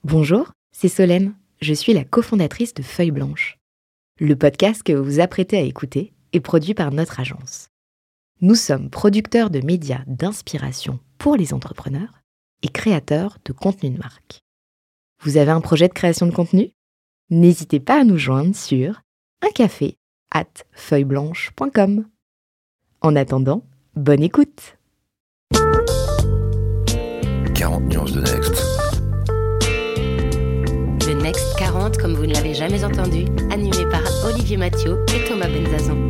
Bonjour, c'est Solène. Je suis la cofondatrice de Feuille Blanche. Le podcast que vous vous apprêtez à écouter est produit par notre agence. Nous sommes producteurs de médias d'inspiration pour les entrepreneurs et créateurs de contenu de marque. Vous avez un projet de création de contenu ? N'hésitez pas à nous joindre sur uncafé@feuilleblanche.com. En attendant, bonne écoute. 40 nuances de Next. Le Next 40 comme vous ne l'avez jamais entendu, animé par Olivier Mathieu et Thomas Benzazon.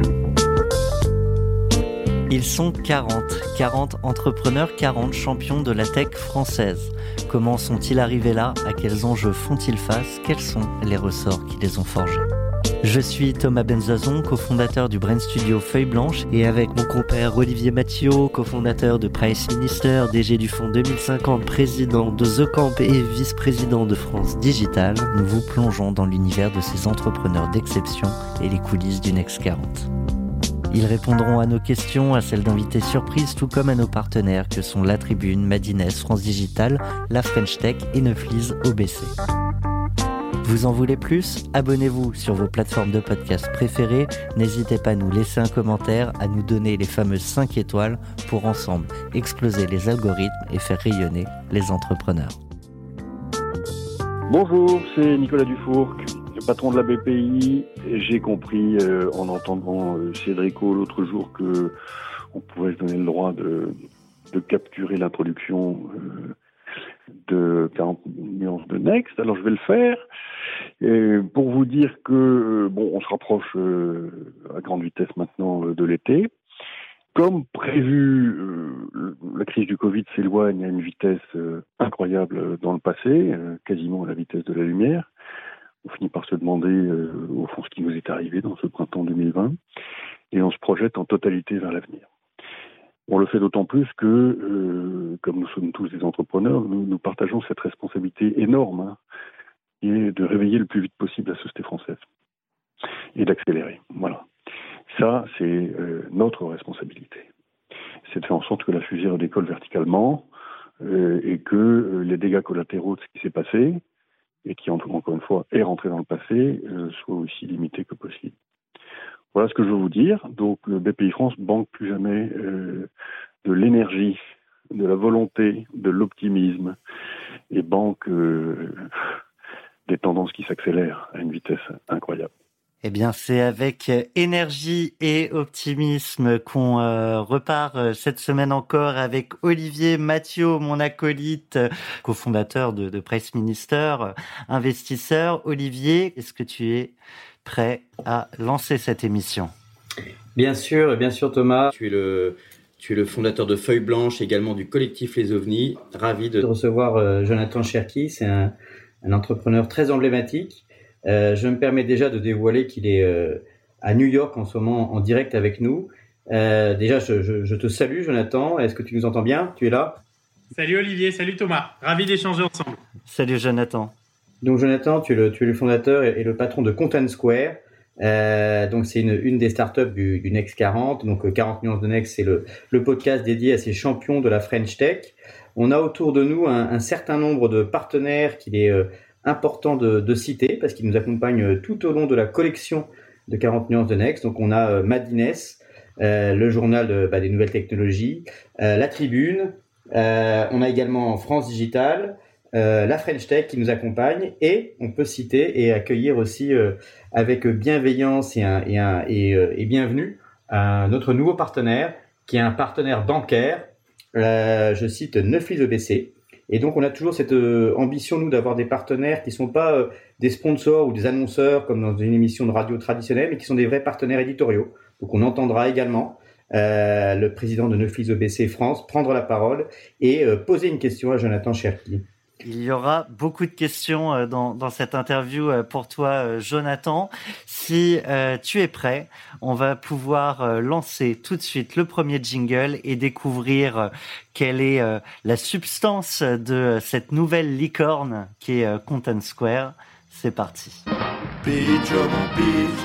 Ils sont 40 entrepreneurs, 40 champions de la tech française. Comment sont-ils arrivés là ? À quels enjeux font-ils face ? Quels sont les ressorts qui les ont forgés ? Je suis Thomas Benzazon, cofondateur du Brain Studio Feuille Blanche, et avec mon compère Olivier Mathieu, cofondateur de Price Minister, DG du Fonds 2050, président de The Camp et vice-président de France Digital, nous vous plongeons dans l'univers de ces entrepreneurs d'exception et les coulisses du Next 40. Ils répondront à nos questions, à celles d'invités surprises, tout comme à nos partenaires que sont La Tribune, Madines, France Digital, La French Tech et Neuflis OBC. Vous en voulez plus ? Abonnez-vous sur vos plateformes de podcast préférées. N'hésitez pas à nous laisser un commentaire, à nous donner les fameuses 5 étoiles pour ensemble exploser les algorithmes et faire rayonner les entrepreneurs. Bonjour, c'est Nicolas Dufourcq, le patron de la BPI. J'ai compris en entendant Cédrico l'autre jour que on pouvait se donner le droit de capturer l'introduction de 40 nuances de Next. Alors je vais le faire pour vous dire que on se rapproche à grande vitesse maintenant de l'été. Comme prévu, la crise du Covid s'éloigne à une vitesse incroyable dans le passé, quasiment à la vitesse de la lumière. On finit par se demander au fond ce qui nous est arrivé dans ce printemps 2020 et on se projette en totalité vers l'avenir. On le fait d'autant plus que, comme nous sommes tous des entrepreneurs, nous partageons cette responsabilité énorme qui est de réveiller le plus vite possible la société française et d'accélérer. Voilà. Ça, c'est notre responsabilité. C'est de faire en sorte que la fusée redécolle verticalement et que les dégâts collatéraux de ce qui s'est passé et qui, encore une fois, est rentré dans le passé, soient aussi limités que possible. Voilà ce que je veux vous dire. Donc, le BPI France banque plus jamais de l'énergie, de la volonté, de l'optimisme et banque des tendances qui s'accélèrent à une vitesse incroyable. Eh bien, c'est avec énergie et optimisme qu'on repart cette semaine encore avec Olivier Mathieu, mon acolyte, cofondateur de Price Minister, investisseur. Olivier, est-ce que tu es prêt à lancer cette émission ? Bien sûr Thomas, tu es le fondateur de Feuille Blanche, également du collectif Les OVNIs. Ravi de recevoir Jonathan Cherki, c'est un entrepreneur très emblématique. Je me permets déjà de dévoiler qu'il est à New York en ce moment en direct avec nous. Déjà, je te salue Jonathan, est-ce que tu nous entends bien ? Tu es là ? Salut Olivier, salut Thomas, ravi d'échanger ensemble. Salut Jonathan. Donc Jonathan, tu es le fondateur et le patron de Content Square. Donc c'est une des startups du Next 40. Donc 40 nuances de Next, c'est le podcast dédié à ces champions de la French Tech. On a autour de nous un certain nombre de partenaires qu'il est important de citer parce qu'ils nous accompagnent tout au long de la collection de 40 nuances de Next. Donc on a Madines, le journal des nouvelles technologies, La Tribune, on a également France Digital, la French Tech qui nous accompagne et on peut citer et accueillir aussi avec bienveillance et bienvenue notre nouveau partenaire qui est un partenaire bancaire, je cite Neuflis OBC. Et donc, on a toujours cette ambition, nous, d'avoir des partenaires qui ne sont pas des sponsors ou des annonceurs comme dans une émission de radio traditionnelle, mais qui sont des vrais partenaires éditoriaux. Donc, on entendra également le président de Neuflis OBC France prendre la parole et poser une question à Jonathan Cherki. Il y aura beaucoup de questions dans cette interview pour toi, Jonathan. Si tu es prêt, on va pouvoir lancer tout de suite le premier jingle et découvrir quelle est la substance de cette nouvelle licorne qui est Content Square. C'est parti. Beach over beach.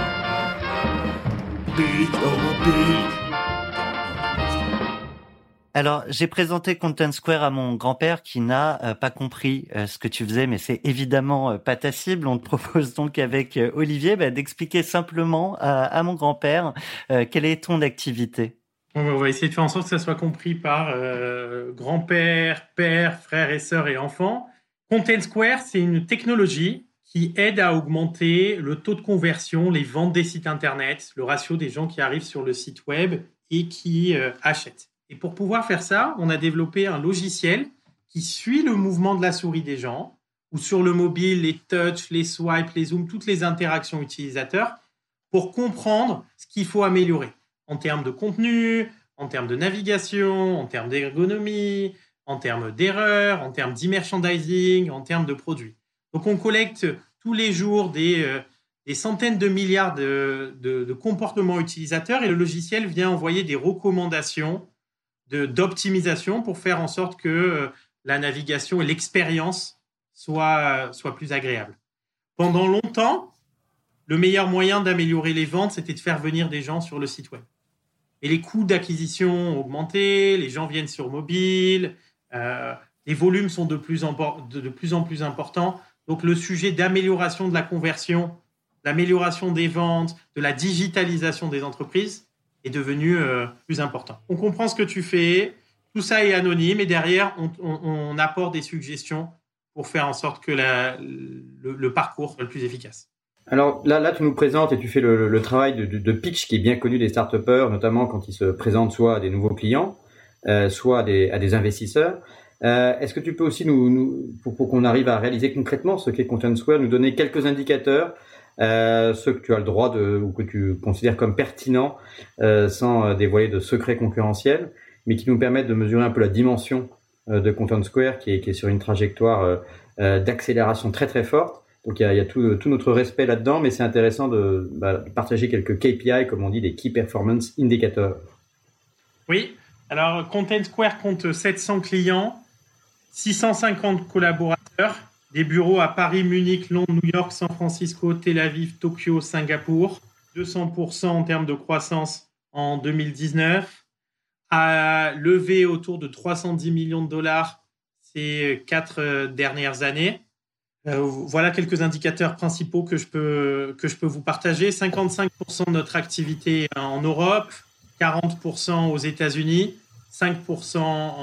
Beach over beach. Alors, j'ai présenté Content Square à mon grand-père qui n'a pas compris ce que tu faisais, mais c'est évidemment pas ta cible. On te propose donc avec Olivier d'expliquer simplement à mon grand-père quelle est ton activité. On va essayer de faire en sorte que ça soit compris par grand-père, père, frères et sœurs et enfants. Content Square, c'est une technologie qui aide à augmenter le taux de conversion, les ventes des sites internet, le ratio des gens qui arrivent sur le site web et qui achètent. Et pour pouvoir faire ça, on a développé un logiciel qui suit le mouvement de la souris des gens, ou sur le mobile, les touches, les swipes, les zooms, toutes les interactions utilisateurs, pour comprendre ce qu'il faut améliorer en termes de contenu, en termes de navigation, en termes d'ergonomie, en termes d'erreurs, en termes d'e-merchandising, en termes de produits. Donc, on collecte tous les jours des centaines de milliards de comportements utilisateurs et le logiciel vient envoyer des recommandations d'optimisation pour faire en sorte que la navigation et l'expérience soient plus agréables. Pendant longtemps, le meilleur moyen d'améliorer les ventes, c'était de faire venir des gens sur le site web. Et les coûts d'acquisition ont augmenté, les gens viennent sur mobile, les volumes sont de plus en plus importants. Donc, le sujet d'amélioration de la conversion, d'amélioration des ventes, de la digitalisation des entreprises est devenu plus important. On comprend ce que tu fais, tout ça est anonyme et derrière, on apporte des suggestions pour faire en sorte que le parcours soit le plus efficace. Alors là, tu nous présentes et tu fais le travail de pitch qui est bien connu des start-upers, notamment quand ils se présentent soit à des nouveaux clients, soit à des investisseurs. Est-ce que tu peux aussi pour qu'on arrive à réaliser concrètement ce qu'est Content Square, nous donner quelques indicateurs, ceux que tu as le droit ou que tu considères comme pertinents, sans dévoiler de secrets concurrentiels, mais qui nous permettent de mesurer un peu la dimension de Content Square qui est sur une trajectoire d'accélération très très forte. Donc il y a tout notre respect là-dedans, mais c'est intéressant de partager quelques KPI, comme on dit, des Key Performance Indicators. Oui, alors Content Square compte 700 clients, 650 collaborateurs, des bureaux à Paris, Munich, Londres, New York, San Francisco, Tel Aviv, Tokyo, Singapour, 200% en termes de croissance en 2019, a levé autour de 310 millions de dollars ces 4 dernières années. Voilà quelques indicateurs principaux que je peux vous partager. 55% de notre activité en Europe, 40% aux États-Unis, 5%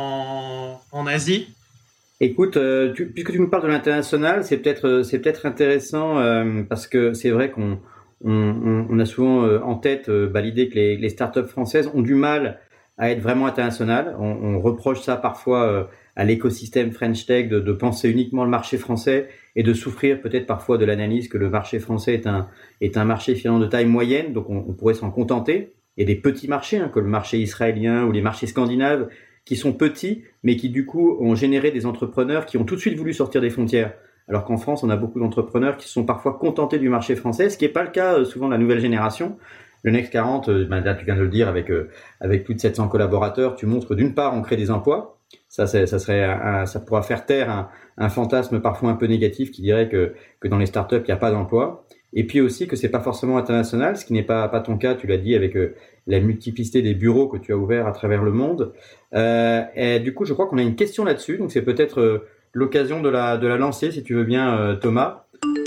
en Asie. Écoute, puisque tu nous parles de l'international, c'est peut-être intéressant parce que c'est vrai qu'on a souvent en tête l'idée que les startups françaises ont du mal à être vraiment internationales. On reproche ça parfois à l'écosystème French Tech de penser uniquement le marché français et de souffrir peut-être parfois de l'analyse que le marché français est un marché finalement de taille moyenne, donc on pourrait s'en contenter. Il y a des petits marchés, comme le marché israélien ou les marchés scandinaves, qui sont petits, mais qui du coup ont généré des entrepreneurs qui ont tout de suite voulu sortir des frontières. Alors qu'en France, on a beaucoup d'entrepreneurs qui se sont parfois contentés du marché français, ce qui n'est pas le cas souvent de la nouvelle génération. Le Next 40, là tu viens de le dire, avec plus de 700 collaborateurs, tu montres que d'une part, on crée des emplois. Ça pourra faire taire un fantasme parfois un peu négatif qui dirait que dans les startups, il n'y a pas d'emploi. Et puis aussi que c'est pas forcément international, ce qui n'est pas ton cas, tu l'as dit, avec la multiplicité des bureaux que tu as ouverts à travers le monde. Et du coup, je crois qu'on a une question là-dessus, donc c'est peut-être l'occasion de la lancer, si tu veux bien, Thomas.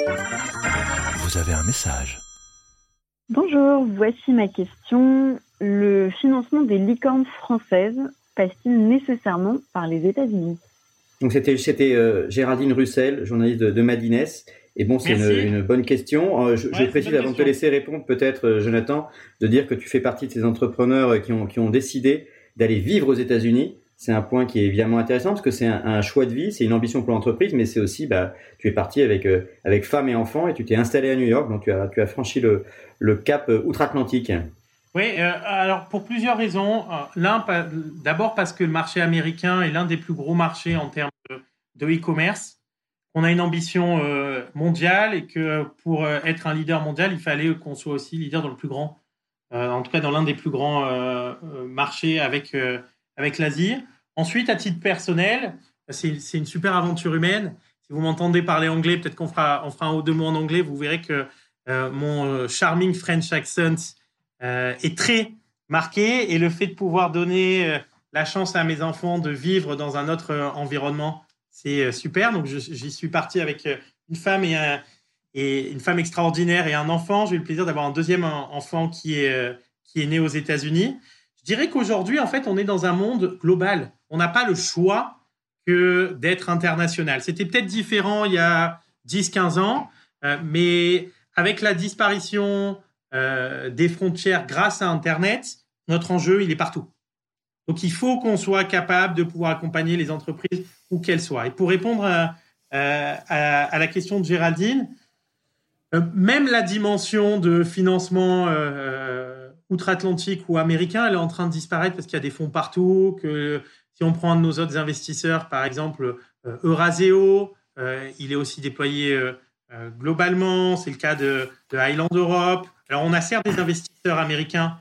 Vous avez un message. Bonjour, voici ma question. Le financement des licornes françaises passe-t-il nécessairement par les États-Unis ? Donc c'était Géraldine Russell, journaliste de Madines. Et bon, c'est une bonne question. Je précise avant de te laisser répondre, peut-être, Jonathan, de dire que tu fais partie de ces entrepreneurs qui ont décidé d'aller vivre aux États-Unis. C'est un point qui est évidemment intéressant parce que c'est un choix de vie, c'est une ambition pour l'entreprise, mais c'est aussi, tu es parti avec femme et enfants et tu t'es installé à New York, donc tu as franchi le cap outre-Atlantique. Oui, alors pour plusieurs raisons. D'abord parce que le marché américain est l'un des plus gros marchés en termes de e-commerce. On a une ambition mondiale et que pour être un leader mondial, il fallait qu'on soit aussi leader dans le plus grand, en tout cas dans l'un des plus grands marchés avec l'Asie. Ensuite, à titre personnel, c'est une super aventure humaine. Si vous m'entendez parler anglais, peut-être qu'on fera un ou deux mots en anglais, vous verrez que mon charming French accent est très marqué et le fait de pouvoir donner la chance à mes enfants de vivre dans un autre environnement. C'est super. Donc, j'y suis parti avec une femme et une femme extraordinaire et un enfant. J'ai eu le plaisir d'avoir un deuxième enfant qui est né aux États-Unis. Je dirais qu'aujourd'hui, en fait, on est dans un monde global. On n'a pas le choix que d'être international. C'était peut-être différent il y a 10-15 ans, mais avec la disparition des frontières grâce à Internet, notre enjeu, il est partout. Donc, il faut qu'on soit capable de pouvoir accompagner les entreprises où qu'elles soient. Et pour répondre à la question de Géraldine, même la dimension de financement outre-Atlantique ou américain, elle est en train de disparaître parce qu'il y a des fonds partout. Que si on prend un de nos autres investisseurs, par exemple Euraseo, il est aussi déployé globalement. C'est le cas de Highland Europe. Alors, on a certes des investisseurs américains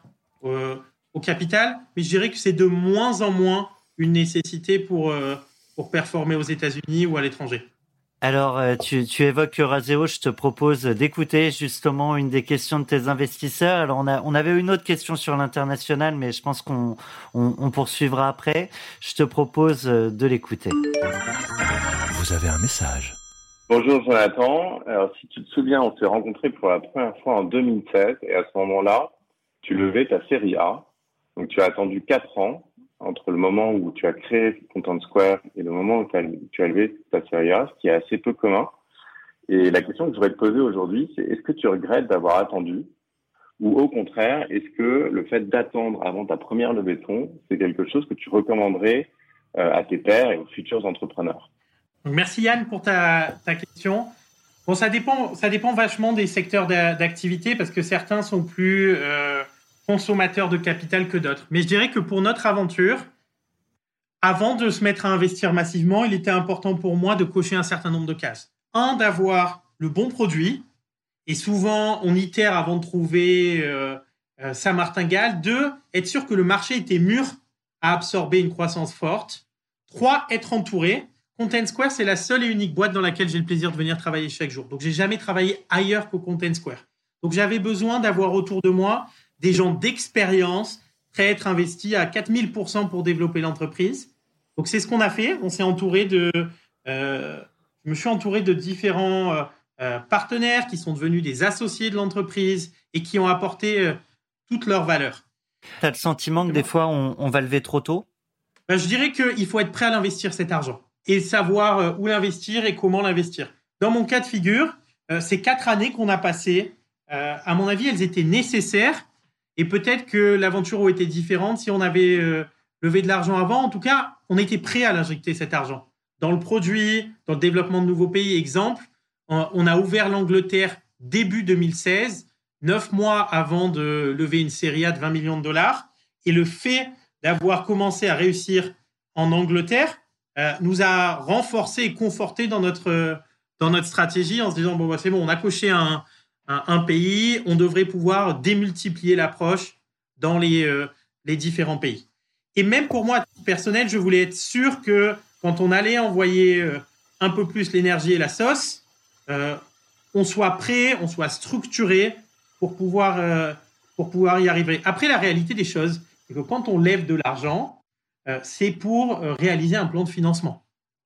au capital, mais je dirais que c'est de moins en moins une nécessité pour performer aux États-Unis ou à l'étranger. Alors, tu évoques Euraseo, je te propose d'écouter justement une des questions de tes investisseurs. Alors, on avait une autre question sur l'international, mais je pense qu'on poursuivra après. Je te propose de l'écouter. Vous avez un message. Bonjour Jonathan. Alors, si tu te souviens, on s'est rencontrés pour la première fois en 2016 et à ce moment-là, tu levais ta série A. Donc, tu as attendu 4 ans entre le moment où tu as créé Content Square et le moment où tu as levé ta série A, ce qui est assez peu commun. Et la question que je voudrais te poser aujourd'hui, c'est est-ce que tu regrettes d'avoir attendu ou au contraire, est-ce que le fait d'attendre avant ta première levée de fonds, c'est quelque chose que tu recommanderais à tes pairs et aux futurs entrepreneurs? Donc, merci Yann pour ta question. Bon, ça dépend vachement des secteurs d'activité parce que certains sont plus consommateurs de capital que d'autres. Mais je dirais que pour notre aventure, avant de se mettre à investir massivement, il était important pour moi de cocher un certain nombre de cases. 1, d'avoir le bon produit. Et souvent, on itère avant de trouver sa martingale. 2, être sûr que le marché était mûr à absorber une croissance forte. 3, être entouré. Content Square, c'est la seule et unique boîte dans laquelle j'ai le plaisir de venir travailler chaque jour. Donc, j'ai jamais travaillé ailleurs qu'au Content Square. Donc, j'avais besoin d'avoir autour de moi des gens d'expérience prêts à être investis à 4000% pour développer l'entreprise. Donc, c'est ce qu'on a fait. On s'est entouré je me suis entouré de différents partenaires qui sont devenus des associés de l'entreprise et qui ont apporté toute leur valeur. Tu as le sentiment que des fois, on va lever trop tôt? Je dirais qu'il faut être prêt à l'investir, cet argent, et savoir où l'investir et comment l'investir. Dans mon cas de figure, ces 4 années qu'on a passées, à mon avis, elles étaient nécessaires et peut-être que l'aventure aurait été différente si on avait levé de l'argent avant. En tout cas, on était prêt à l'injecter, cet argent. Dans le produit, dans le développement de nouveaux pays, exemple, on a ouvert l'Angleterre début 2016, 9 mois avant de lever une série A de 20 millions de dollars. Et le fait d'avoir commencé à réussir en Angleterre nous a renforcé et conforté dans notre stratégie en se disant c'est bon, on a coché un pays, on devrait pouvoir démultiplier l'approche dans les différents pays. Et même pour moi, à titre personnel, je voulais être sûr que quand on allait envoyer un peu plus l'énergie et la sauce, on soit prêt, on soit structuré pour pouvoir y arriver. Après, la réalité des choses, c'est que quand on lève de l'argent, c'est pour réaliser un plan de financement.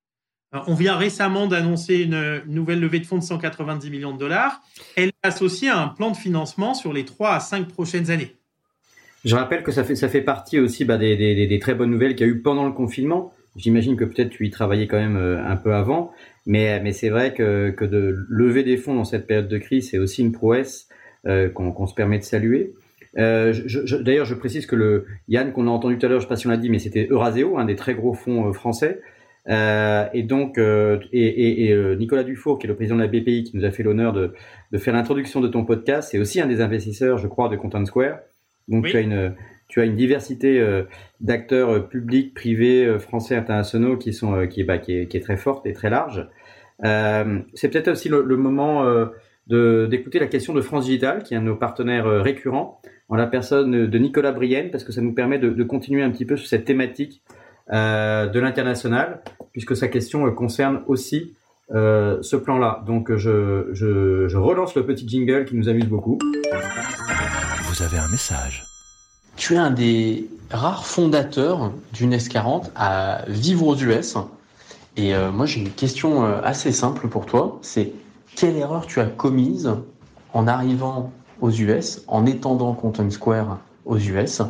On vient récemment d'annoncer une nouvelle levée de fonds de 190 millions de dollars. Elle est associée à un plan de financement sur les 3 à 5 prochaines années. Je rappelle que ça fait partie aussi des très bonnes nouvelles qu'il y a eu pendant le confinement. J'imagine que peut-être tu y travaillais quand même un peu avant, mais c'est vrai que de lever des fonds dans cette période de crise, c'est aussi une prouesse qu'on se permet de saluer. D'ailleurs, je précise que Yann qu'on a entendu tout à l'heure, je ne sais pas si on l'a dit, mais c'était Euraseo, un des très gros fonds français. Et donc Nicolas Dufour, qui est le président de la BPI, qui nous a fait l'honneur de faire l'introduction de ton podcast, c'est aussi un des investisseurs, je crois, de Content Square. Donc oui. Tu as une diversité d'acteurs publics, privés, français, internationaux qui est très forte et très large. C'est peut-être aussi le moment d'écouter la question de France Digital, qui est un de nos partenaires récurrents, en la personne de Nicolas Brienne, parce que ça nous permet de continuer un petit peu sur cette thématique de l'international, puisque sa question concerne aussi ce plan-là. Donc je relance le petit jingle qui nous amuse beaucoup. Vous avez un message. Tu es un des rares fondateurs d'une S40 à vivre aux US. Et moi, j'ai une question assez simple pour toi. C'est quelle erreur tu as commise en arrivant aux US, en étendant Content Square aux US,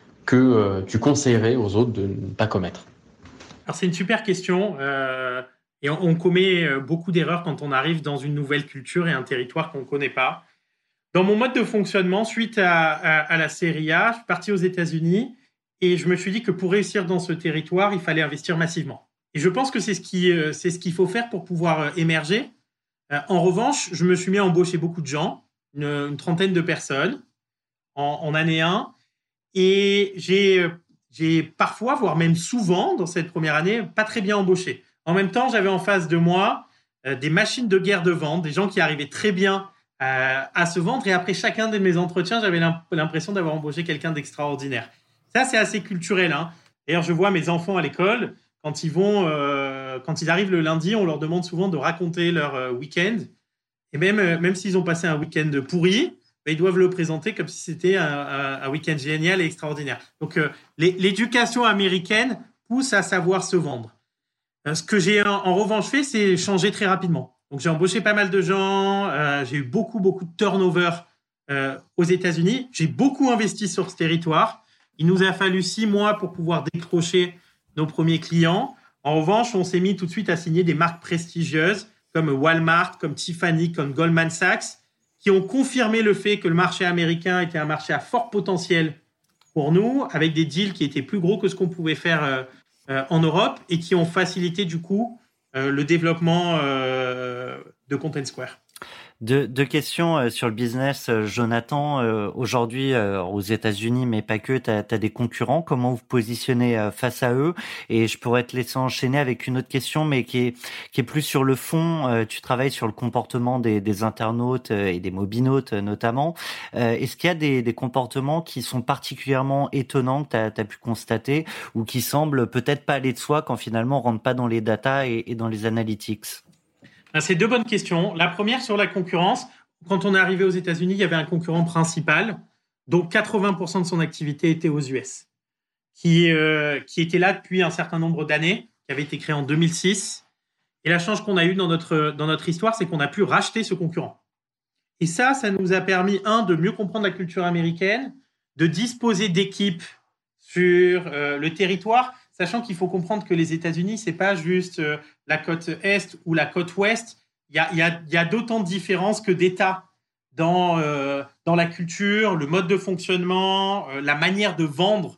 que tu conseillerais aux autres de ne pas commettre? Alors, c'est une super question. Et on commet beaucoup d'erreurs quand on arrive dans une nouvelle culture et un territoire qu'on ne connaît pas. Dans mon mode de fonctionnement, suite à la Série A, je suis parti aux États-Unis et je me suis dit que pour réussir dans ce territoire, il fallait investir massivement. Et je pense que c'est ce qu'il faut faire pour pouvoir émerger. En revanche, je me suis mis à embaucher beaucoup de gens, une trentaine de personnes en année 1. Et j'ai parfois, voire même souvent, dans cette première année, pas très bien embauché. En même temps, j'avais en face de moi des machines de guerre de vente, des gens qui arrivaient très bien à se vendre. Et après chacun de mes entretiens, j'avais l'impression d'avoir embauché quelqu'un d'extraordinaire. Ça, c'est assez culturel. D'ailleurs, je vois mes enfants à l'école, quand ils arrivent le lundi, on leur demande souvent de raconter leur week-end. Et même s'ils ont passé un week-end pourri, ils doivent le présenter comme si c'était un week-end génial et extraordinaire. Donc, l'éducation américaine pousse à savoir se vendre. Ce que j'ai en revanche fait, c'est changer très rapidement. Donc, j'ai embauché pas mal de gens, j'ai eu beaucoup de turnover aux États-Unis. J'ai beaucoup investi sur ce territoire. Il nous a fallu 6 mois pour pouvoir décrocher nos premiers clients. En revanche, on s'est mis tout de suite à signer des marques prestigieuses comme Walmart, comme Tiffany, comme Goldman Sachs, qui ont confirmé le fait que le marché américain était un marché à fort potentiel pour nous, avec des deals qui étaient plus gros que ce qu'on pouvait faire en Europe et qui ont facilité du coup le développement de Content Square. Deux questions sur le business, Jonathan. Aujourd'hui, aux États-Unis, mais pas que, tu as des concurrents. Comment vous vous positionnez face à eux? Et je pourrais te laisser enchaîner avec une autre question, mais qui est plus sur le fond. Tu travailles sur le comportement des internautes et des mobinautes notamment. Est-ce qu'il y a des comportements qui sont particulièrement étonnants que tu as pu constater ou qui semblent peut-être pas aller de soi quand finalement on rentre pas dans les data et dans les analytics? C'est 2 bonnes questions. La première sur la concurrence. Quand on est arrivé aux États-Unis, il y avait un concurrent principal, dont 80% de son activité était aux US, qui était là depuis un certain nombre d'années, qui avait été créé en 2006. Et la chance qu'on a eue dans notre histoire, c'est qu'on a pu racheter ce concurrent. Et ça nous a permis, de mieux comprendre la culture américaine, de disposer d'équipes sur le territoire, sachant qu'il faut comprendre que les États-Unis, c'est pas juste la côte Est ou la côte Ouest. Il y a d'autant de différences que d'États dans la culture, le mode de fonctionnement, la manière de vendre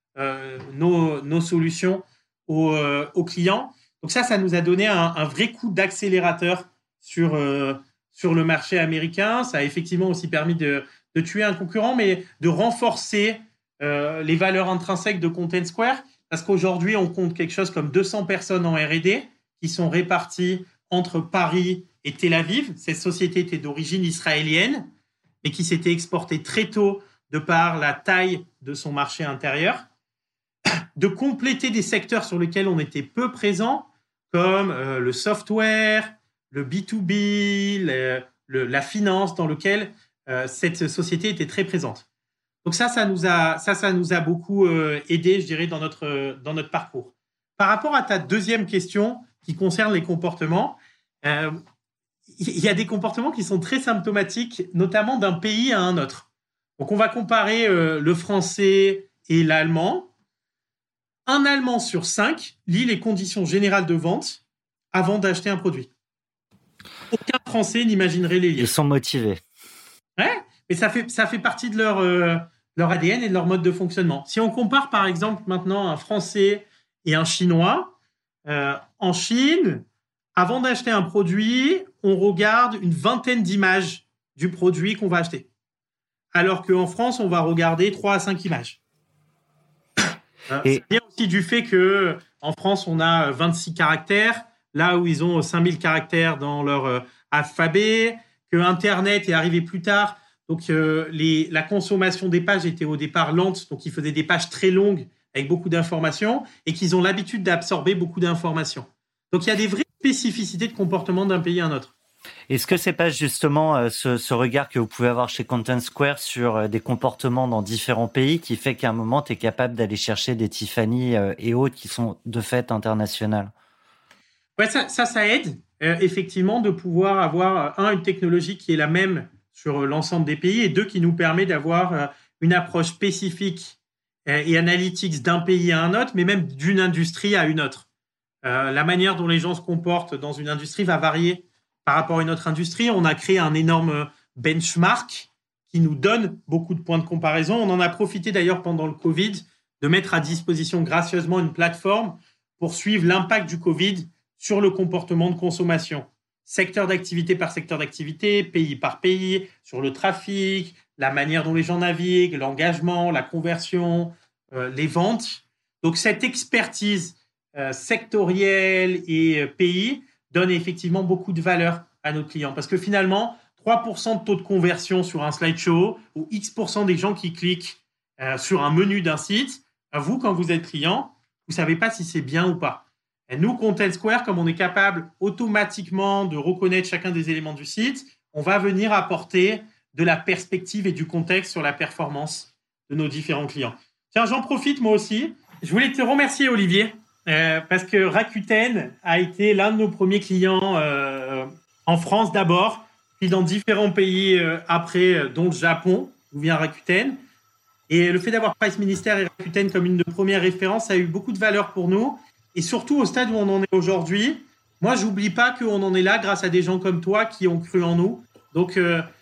nos solutions aux clients. Donc ça nous a donné un vrai coup d'accélérateur sur le marché américain. Ça a effectivement aussi permis de tuer un concurrent, mais de renforcer les valeurs intrinsèques de Content Square. Parce qu'aujourd'hui, on compte quelque chose comme 200 personnes en R&D qui sont réparties entre Paris et Tel Aviv. Cette société était d'origine israélienne, mais qui s'était exportée très tôt de par la taille de son marché intérieur. De compléter des secteurs sur lesquels on était peu présent, comme le software, le B2B, la finance, dans lequel cette société était très présente. Donc ça nous a beaucoup aidé, je dirais, dans notre parcours. Par rapport à ta deuxième question qui concerne les comportements, il y a des comportements qui sont très symptomatiques, notamment d'un pays à un autre. Donc on va comparer le français et l'allemand. Un Allemand sur 5 lit les conditions générales de vente avant d'acheter un produit. Aucun Français n'imaginerait les lire. Ils sont motivés. Ouais, mais ça fait partie de leur ADN et de leur mode de fonctionnement. Si on compare par exemple maintenant un Français et un Chinois, en Chine, avant d'acheter un produit, on regarde une vingtaine d'images du produit qu'on va acheter. Alors qu'en France, on va regarder 3 à 5 images. Ça vient aussi du fait qu'en France, on a 26 caractères, là où ils ont 5000 caractères dans leur alphabet, que Internet est arrivé plus tard. Donc, la consommation des pages était au départ lente, donc ils faisaient des pages très longues avec beaucoup d'informations et qu'ils ont l'habitude d'absorber beaucoup d'informations. Donc, il y a des vraies spécificités de comportement d'un pays à un autre. Est-ce que c'est pas justement ce regard que vous pouvez avoir chez Content Square sur des comportements dans différents pays qui fait qu'à un moment, tu es capable d'aller chercher des Tiffany et autres qui sont de fait internationales? Ouais, ça aide effectivement de pouvoir avoir, une technologie qui est la même sur l'ensemble des pays et deux, qui nous permet d'avoir une approche spécifique et analytics d'un pays à un autre, mais même d'une industrie à une autre. La manière dont les gens se comportent dans une industrie va varier par rapport à une autre industrie. On a créé un énorme benchmark qui nous donne beaucoup de points de comparaison. On en a profité d'ailleurs pendant le Covid de mettre à disposition gracieusement une plateforme pour suivre l'impact du Covid sur le comportement de consommation. Secteur d'activité par secteur d'activité, pays par pays, sur le trafic, la manière dont les gens naviguent, l'engagement, la conversion, les ventes. Donc cette expertise sectorielle et pays donne effectivement beaucoup de valeur à nos clients. Parce que finalement, 3% de taux de conversion sur un slideshow ou X% des gens qui cliquent sur un menu d'un site, vous, quand vous êtes client, vous ne savez pas si c'est bien ou pas. Et nous, Content Square, comme on est capable automatiquement de reconnaître chacun des éléments du site, on va venir apporter de la perspective et du contexte sur la performance de nos différents clients. Tiens, j'en profite moi aussi. Je voulais te remercier, Olivier, parce que Rakuten a été l'un de nos premiers clients en France d'abord, puis dans différents pays après, dont le Japon, où vient Rakuten. Et le fait d'avoir Price Minister et Rakuten comme une de premières références a eu beaucoup de valeur pour nous. Et surtout, au stade où on en est aujourd'hui, moi, je n'oublie pas qu'on en est là grâce à des gens comme toi qui ont cru en nous. Donc,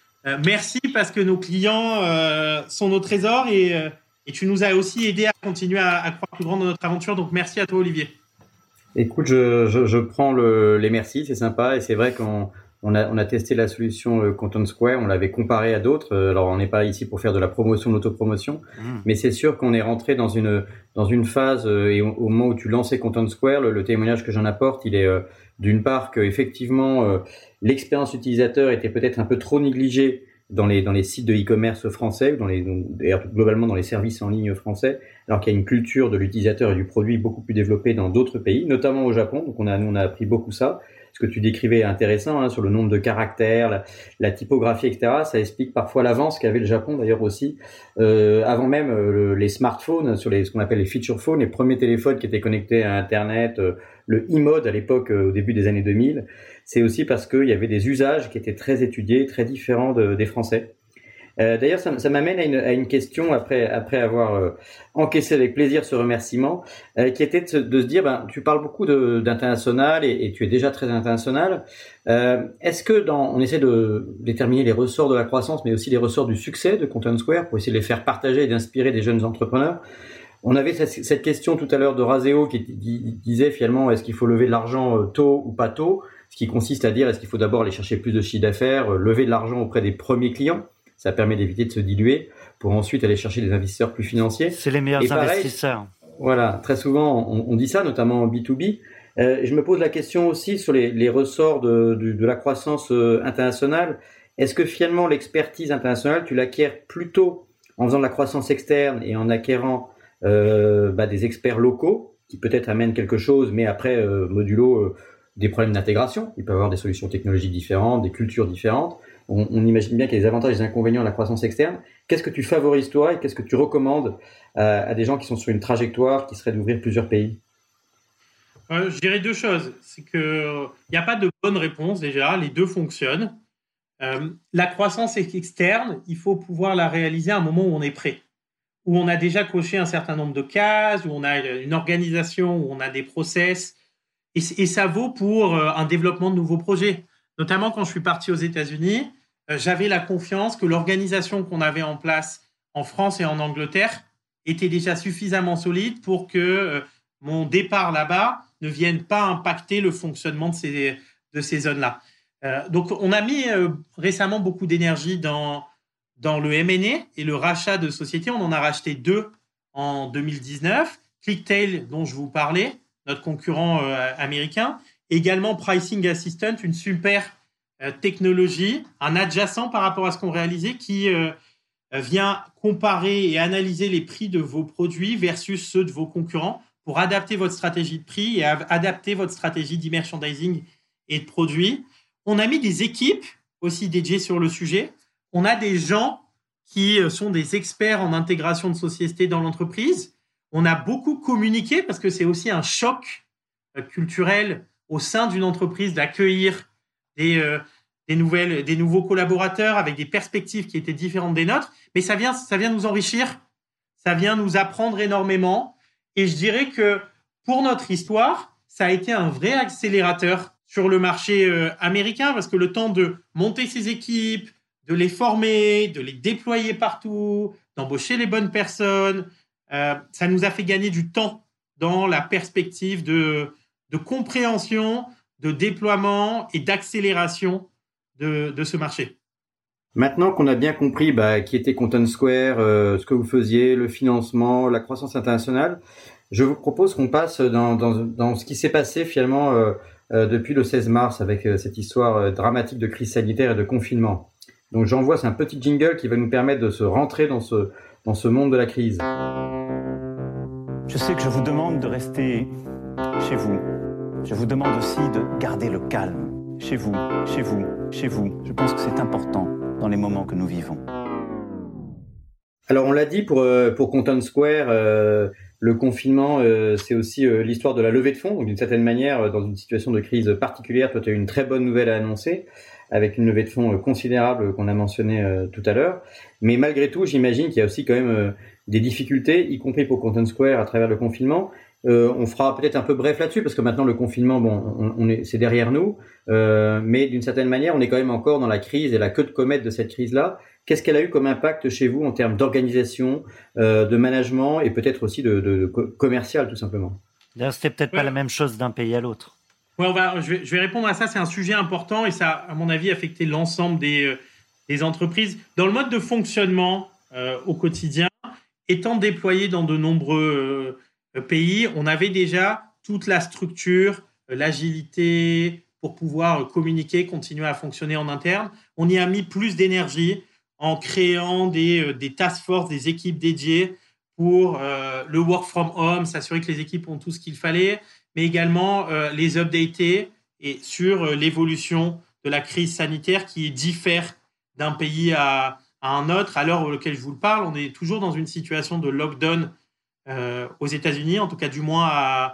merci parce que nos clients sont nos trésors et tu nous as aussi aidé à continuer à croire plus grand dans notre aventure. Donc, merci à toi, Olivier. Écoute, je prends les merci, c'est sympa. Et c'est vrai qu'on a testé la solution Content Square, on l'avait comparé à d'autres. Alors, on n'est pas ici pour faire de la promotion, de l'autopromotion, mais c'est sûr qu'on est rentré dans une phase, et au moment où tu lançais Content Square, le témoignage que j'en apporte, il est d'une part que effectivement l'expérience utilisateur était peut-être un peu trop négligée dans les sites de e-commerce français, d'ailleurs globalement dans les services en ligne français, alors qu'il y a une culture de l'utilisateur et du produit beaucoup plus développée dans d'autres pays, notamment au Japon. Donc on a appris beaucoup ça. Ce que tu décrivais est intéressant, sur le nombre de caractères, la typographie, etc. Ça explique parfois l'avance qu'avait le Japon d'ailleurs aussi, avant même les smartphones, sur ce qu'on appelle les feature phones, les premiers téléphones qui étaient connectés à Internet, le e-mode à l'époque, au début des années 2000. C'est aussi parce qu'il y avait des usages qui étaient très étudiés, très différents des Français. D'ailleurs, ça m'amène à une question après avoir encaissé avec plaisir ce remerciement, qui était de se dire, tu parles beaucoup d'international et tu es déjà très international. Est-ce que on essaie de déterminer les ressorts de la croissance, mais aussi les ressorts du succès de Content Square pour essayer de les faire partager et d'inspirer des jeunes entrepreneurs? On avait cette question tout à l'heure de Raseo qui disait finalement, est-ce qu'il faut lever de l'argent tôt ou pas tôt? Ce qui consiste à dire, est-ce qu'il faut d'abord aller chercher plus de chiffre d'affaires, lever de l'argent auprès des premiers clients? Ça permet d'éviter de se diluer pour ensuite aller chercher des investisseurs plus financiers. C'est les meilleurs investisseurs. Voilà, très souvent on dit ça, notamment en B2B. Je me pose la question aussi sur les ressorts de la croissance internationale. Est-ce que finalement l'expertise internationale, tu l'acquiers plutôt en faisant de la croissance externe et en acquérant des experts locaux qui peut-être amènent quelque chose, mais après modulo des problèmes d'intégration. Il peut y avoir des solutions technologiques différentes, des cultures différentes. On imagine bien qu'il y a des avantages et des inconvénients à la croissance externe. Qu'est-ce que tu favorises toi et qu'est-ce que tu recommandes à des gens qui sont sur une trajectoire qui serait d'ouvrir plusieurs pays? Je dirais deux choses. C'est qu'il n'y a pas de bonne réponse déjà, les deux fonctionnent. La croissance externe, il faut pouvoir la réaliser à un moment où on est prêt, où on a déjà coché un certain nombre de cases, où on a une organisation, où on a des process. Et ça vaut pour un développement de nouveaux projets. Notamment quand je suis parti aux États-Unis, j'avais la confiance que l'organisation qu'on avait en place en France et en Angleterre était déjà suffisamment solide pour que mon départ là-bas ne vienne pas impacter le fonctionnement de ces zones-là. Donc, on a mis récemment beaucoup d'énergie dans le M&A et le rachat de sociétés. On en a racheté 2 en 2019. ClickTail, dont je vous parlais, notre concurrent américain. Également Pricing Assistant, une super technologie, un adjacent par rapport à ce qu'on réalisait qui vient comparer et analyser les prix de vos produits versus ceux de vos concurrents pour adapter votre stratégie de prix et adapter votre stratégie d'e-merchandising et de produits. On a mis des équipes aussi dédiées sur le sujet. On a des gens qui sont des experts en intégration de société dans l'entreprise. On a beaucoup communiqué parce que c'est aussi un choc culturel au sein d'une entreprise d'accueillir des nouveaux collaborateurs avec des perspectives qui étaient différentes des nôtres. Mais ça vient nous enrichir, ça vient nous apprendre énormément. Et je dirais que pour notre histoire, ça a été un vrai accélérateur sur le marché américain parce que le temps de monter ces équipes, de les former, de les déployer partout, d'embaucher les bonnes personnes, ça nous a fait gagner du temps dans la perspective de compréhension, de déploiement et d'accélération de ce marché. Maintenant qu'on a bien compris qui était Content Square, ce que vous faisiez, le financement, la croissance internationale, je vous propose qu'on passe dans ce qui s'est passé finalement depuis le 16 mars avec cette histoire dramatique de crise sanitaire et de confinement. Donc j'envoie, c'est un petit jingle qui va nous permettre de se rentrer dans ce monde de la crise. Je sais que je vous demande de rester chez vous. Je vous demande aussi de garder le calme. Chez vous, chez vous, chez vous. Je pense que c'est important dans les moments que nous vivons. Alors on l'a dit pour Content Square, le confinement, c'est aussi l'histoire de la levée de fonds. Donc d'une certaine manière, dans une situation de crise particulière, toi tu as eu une très bonne nouvelle à annoncer, avec une levée de fonds considérable qu'on a mentionnée tout à l'heure. Mais malgré tout, j'imagine qu'il y a aussi quand même des difficultés, y compris pour Content Square à travers le confinement. On fera peut-être un peu bref là-dessus parce que maintenant le confinement, c'est derrière nous, mais d'une certaine manière, on est quand même encore dans la crise et la queue de comète de cette crise-là. Qu'est-ce qu'elle a eu comme impact chez vous en termes d'organisation, de management et peut-être aussi de commercial tout simplement? D'ailleurs, c'était peut-être pas la même chose d'un pays à l'autre. Ouais, je vais répondre à ça. C'est un sujet important et ça, à mon avis, affecté l'ensemble des entreprises. Dans le mode de fonctionnement au quotidien, étant déployé dans de nombreux pays, on avait déjà toute la structure, l'agilité pour pouvoir communiquer, continuer à fonctionner en interne. On y a mis plus d'énergie en créant des task force, des équipes dédiées pour le work from home, s'assurer que les équipes ont tout ce qu'il fallait, mais également les updater et sur l'évolution de la crise sanitaire qui diffère d'un pays à un autre. À l'heure auquel je vous le parle, on est toujours dans une situation de lockdown aux États-Unis, en tout cas du moins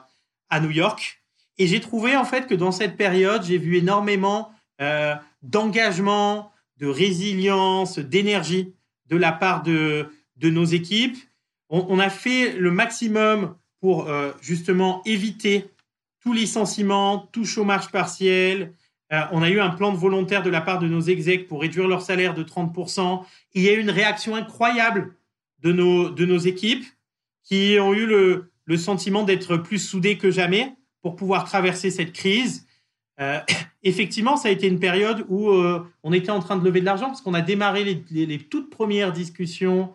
à New York. Et j'ai trouvé en fait que dans cette période, j'ai vu énormément d'engagement, de résilience, d'énergie de la part de nos équipes. On a fait le maximum pour justement éviter tout licenciement, tout chômage partiel. On a eu un plan de volontaire de la part de nos execs pour réduire leur salaire de 30%. Il y a eu une réaction incroyable de nos équipes qui ont eu le sentiment d'être plus soudées que jamais pour pouvoir traverser cette crise. Effectivement, ça a été une période où on était en train de lever de l'argent parce qu'on a démarré les toutes premières discussions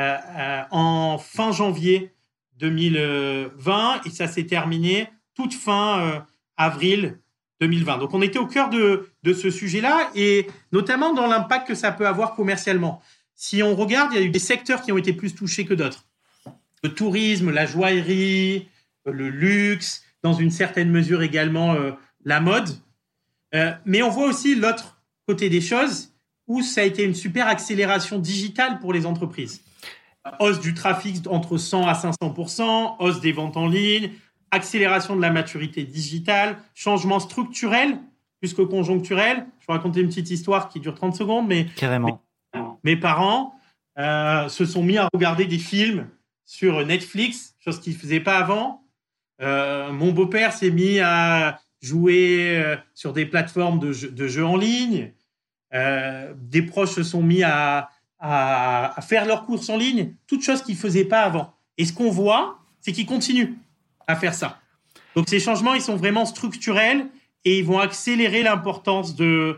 en fin janvier 2020 et ça s'est terminé toute fin avril 2020. Donc, on était au cœur de ce sujet-là et notamment dans l'impact que ça peut avoir commercialement. Si on regarde, il y a eu des secteurs qui ont été plus touchés que d'autres. Le tourisme, la joaillerie, le luxe, dans une certaine mesure également la mode. Mais on voit aussi l'autre côté des choses où ça a été une super accélération digitale pour les entreprises. Hausse du trafic entre 100 à 500%, hausse des ventes en ligne, accélération de la maturité digitale, changement structurel plus que conjoncturel. Je vais raconter une petite histoire qui dure 30 secondes. Mais carrément. Mes parents se sont mis à regarder des films sur Netflix, chose qu'ils ne faisaient pas avant. Mon beau-père s'est mis à jouer sur des plateformes de jeux en ligne. Des proches se sont mis à faire leurs courses en ligne, toutes choses qu'ils ne faisaient pas avant. Et ce qu'on voit, c'est qu'ils continuent à faire ça. Donc ces changements, ils sont vraiment structurels et ils vont accélérer l'importance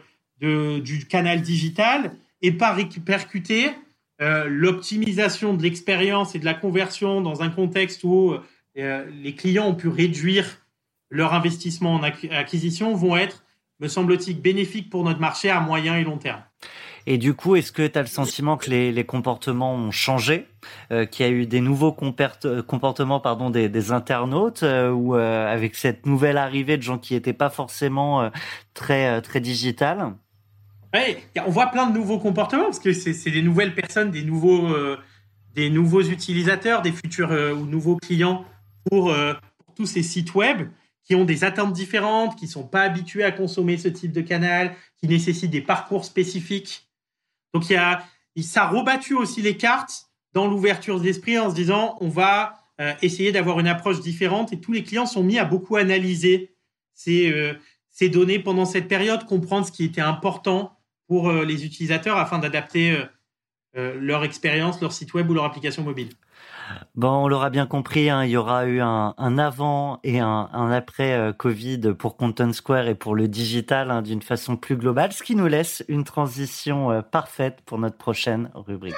du canal digital et pas répercuter l'optimisation de l'expérience et de la conversion dans un contexte où les clients ont pu réduire leur investissement en acquisition vont être, me semble-t-il, bénéfiques pour notre marché à moyen et long terme. Et du coup, est-ce que tu as le sentiment que les comportements ont changé, qu'il y a eu des nouveaux comportements des internautes, ou avec cette nouvelle arrivée de gens qui n'étaient pas forcément très digital? Ouais, on voit plein de nouveaux comportements parce que c'est des nouvelles personnes, des nouveaux utilisateurs, des futurs ou nouveaux clients pour tous ces sites web qui ont des attentes différentes, qui ne sont pas habitués à consommer ce type de canal, qui nécessitent des parcours spécifiques. Donc, ça a rebattu aussi les cartes dans l'ouverture d'esprit en se disant on va essayer d'avoir une approche différente, et tous les clients sont mis à beaucoup analyser ces données pendant cette période, comprendre ce qui était important pour les utilisateurs afin d'adapter leur expérience, leur site web ou leur application mobile. Bon, on l'aura bien compris, il y aura eu un avant et un après Covid pour Content Square et pour le digital d'une façon plus globale, ce qui nous laisse une transition parfaite pour notre prochaine rubrique.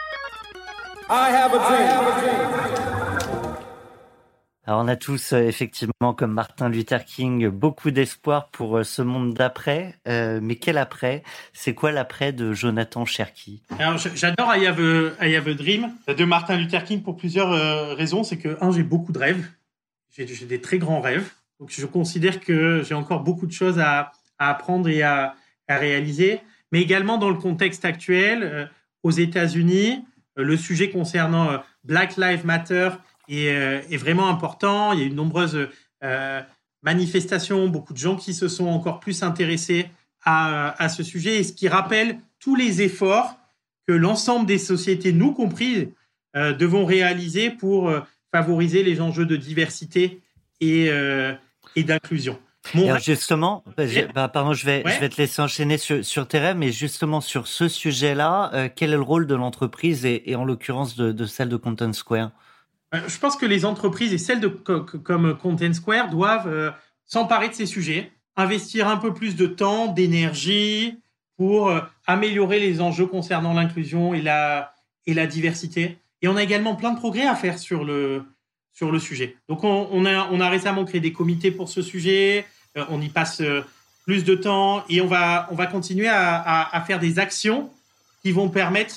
I have a dream. Alors on a tous effectivement, comme Martin Luther King, beaucoup d'espoir pour ce monde d'après. Mais quel après? C'est quoi l'après de Jonathan Cherki? Alors j'adore I have a Dream de Martin Luther King pour plusieurs raisons. C'est que, j'ai beaucoup de rêves. J'ai des très grands rêves. Donc je considère que j'ai encore beaucoup de choses à apprendre et à réaliser. Mais également dans le contexte actuel, aux États-Unis, le sujet concernant Black Lives Matter est vraiment important. Il y a eu de nombreuses manifestations, beaucoup de gens qui se sont encore plus intéressés à ce sujet, et ce qui rappelle tous les efforts que l'ensemble des sociétés, nous compris, devons réaliser pour favoriser les enjeux de diversité et d'inclusion. Alors justement, je vais te laisser enchaîner sur tes rêves, mais justement sur ce sujet-là, quel est le rôle de l'entreprise et en l'occurrence de celle de Content Square? Je pense que les entreprises et celles comme Content Square doivent s'emparer de ces sujets, investir un peu plus de temps, d'énergie pour améliorer les enjeux concernant l'inclusion et la diversité. Et on a également plein de progrès à faire sur le sujet. Donc on a récemment créé des comités pour ce sujet, on y passe plus de temps et on va continuer à faire des actions qui vont permettre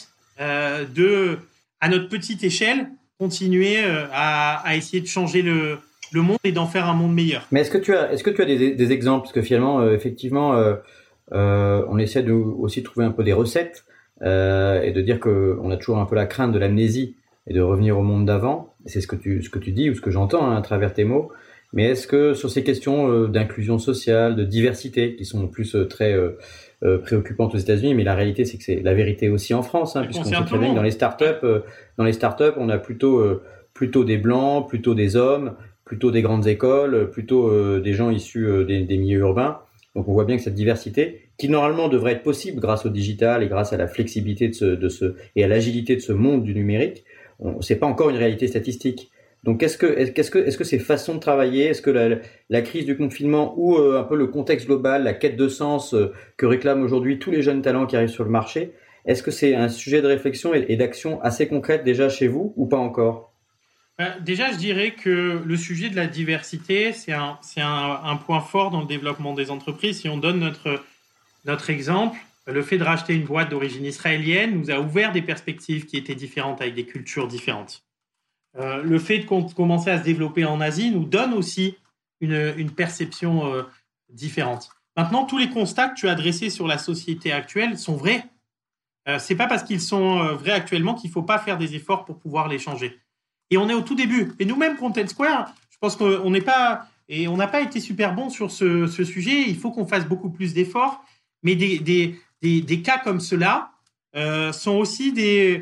à notre petite échelle, continuer à essayer de changer le monde et d'en faire un monde meilleur. Mais est-ce que tu as des exemples? Parce que finalement, effectivement, on essaie de aussi trouver un peu des recettes et de dire qu'on a toujours un peu la crainte de l'amnésie et de revenir au monde d'avant. C'est ce que tu dis ou ce que j'entends à travers tes mots. Mais est-ce que sur ces questions d'inclusion sociale, de diversité, qui sont plus très préoccupantes aux États-Unis, mais la réalité c'est que c'est la vérité aussi en France, puisqu'on sait très bien que dans les startups, on a plutôt des blancs, plutôt des hommes, plutôt des grandes écoles, plutôt des gens issus des milieux urbains. Donc on voit bien que cette diversité, qui normalement devrait être possible grâce au digital et grâce à la flexibilité et à l'agilité de ce monde du numérique, c'est pas encore une réalité statistique. Donc est-ce que ces façons de travailler, est-ce que la crise du confinement ou un peu le contexte global, la quête de sens que réclament aujourd'hui tous les jeunes talents qui arrivent sur le marché, est-ce que c'est un sujet de réflexion et d'action assez concrète déjà chez vous ou pas encore? Déjà, je dirais que le sujet de la diversité, c'est un point fort dans le développement des entreprises. Si on donne notre exemple, le fait de racheter une boîte d'origine israélienne nous a ouvert des perspectives qui étaient différentes, avec des cultures différentes. Le fait de commencer à se développer en Asie nous donne aussi une perception différente. Maintenant, tous les constats que tu as dressés sur la société actuelle sont vrais. C'est pas parce qu'ils sont vrais actuellement qu'il faut pas faire des efforts pour pouvoir les changer. Et on est au tout début. Et nous-mêmes, Content Square, je pense qu'on n'a pas été super bons sur ce sujet. Il faut qu'on fasse beaucoup plus d'efforts. Mais des cas comme cela sont aussi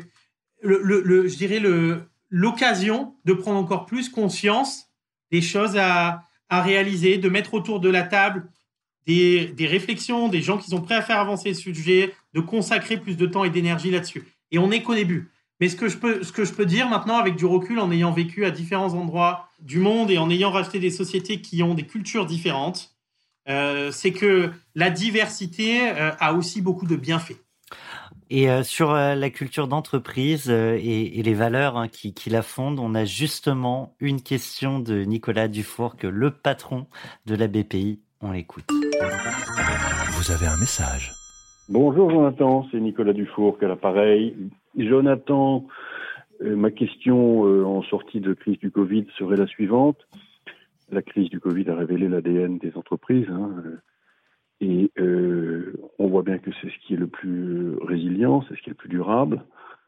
je dirais l'occasion de prendre encore plus conscience des choses à réaliser, de mettre autour de la table des réflexions, des gens qui sont prêts à faire avancer le sujet, de consacrer plus de temps et d'énergie là-dessus. Et on n'est qu'au début. Mais ce que je peux dire maintenant avec du recul, en ayant vécu à différents endroits du monde et en ayant racheté des sociétés qui ont des cultures différentes, c'est que la diversité a aussi beaucoup de bienfaits. Et sur la culture d'entreprise et les valeurs qui la fondent, on a justement une question de Nicolas Dufourc, le patron de la BPI. On l'écoute. Vous avez un message. Bonjour Jonathan, c'est Nicolas Dufourc à l'appareil. Jonathan, ma question en sortie de crise du Covid serait la suivante. La crise du Covid a révélé l'ADN des entreprises, et on voit bien que c'est ce qui est le plus résilient, c'est ce qui est le plus durable.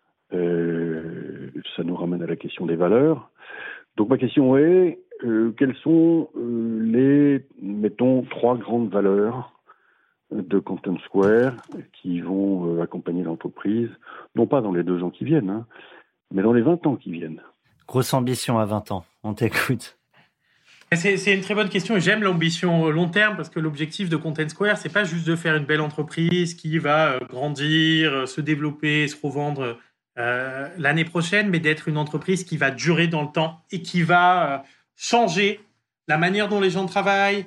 Ça nous ramène à la question des valeurs. Donc ma question est, quelles sont les, mettons, 3 grandes valeurs de Content Square qui vont accompagner l'entreprise, non pas dans les 2 ans qui viennent, mais dans les 20 ans qui viennent. Grosse ambition à 20 ans, on t'écoute. C'est une très bonne question et j'aime l'ambition long terme parce que l'objectif de Content Square, c'est pas juste de faire une belle entreprise qui va grandir, se développer, se revendre l'année prochaine, mais d'être une entreprise qui va durer dans le temps et qui va changer la manière dont les gens travaillent,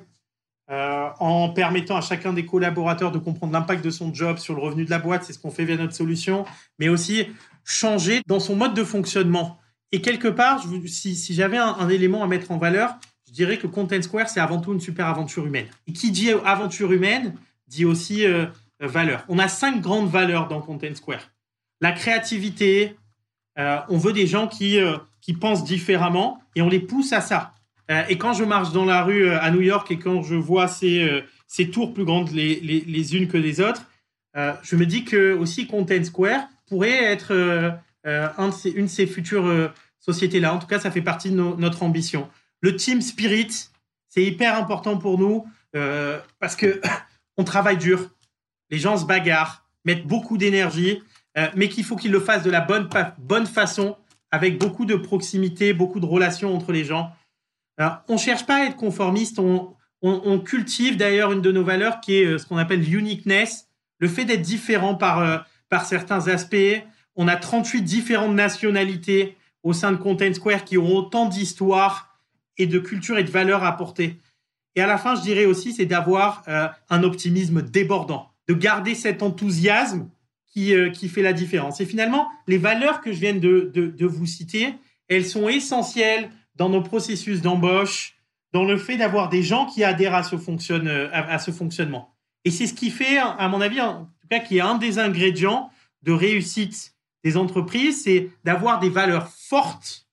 en permettant à chacun des collaborateurs de comprendre l'impact de son job sur le revenu de la boîte, c'est ce qu'on fait via notre solution, mais aussi changer dans son mode de fonctionnement. Et quelque part, si j'avais un élément à mettre en valeur, je dirais que Content Square, c'est avant tout une super aventure humaine. Et qui dit aventure humaine, dit aussi valeur. On a 5 grandes valeurs dans Content Square. La créativité, on veut des gens qui pensent différemment et on les pousse à ça. Et quand je marche dans la rue à New York et quand je vois ces tours plus grandes les unes que les autres, je me dis que aussi Content Square pourrait être une de ces futures sociétés-là. En tout cas, ça fait partie de notre ambition. Le team spirit, c'est hyper important pour nous parce que on travaille dur, les gens se bagarrent, mettent beaucoup d'énergie, mais qu'il faut qu'ils le fassent de la bonne façon, avec beaucoup de proximité, beaucoup de relations entre les gens. Alors, on ne cherche pas à être conformiste, on cultive d'ailleurs une de nos valeurs qui est ce qu'on appelle l'uniqueness, le fait d'être différent par certains aspects. On a 38 différentes nationalités au sein de Content Square qui ont autant d'histoire et de culture et de valeurs à apporter. Et à la fin, je dirais aussi, c'est d'avoir un optimisme débordant, de garder cet enthousiasme qui fait la différence. Et finalement, les valeurs que je viens de vous citer, elles sont essentielles dans nos processus d'embauche, dans le fait d'avoir des gens qui adhèrent à ce fonctionnement. Et c'est ce qui fait, à mon avis, en tout cas, qui est un des ingrédients de réussite des entreprises, c'est d'avoir des valeurs fortes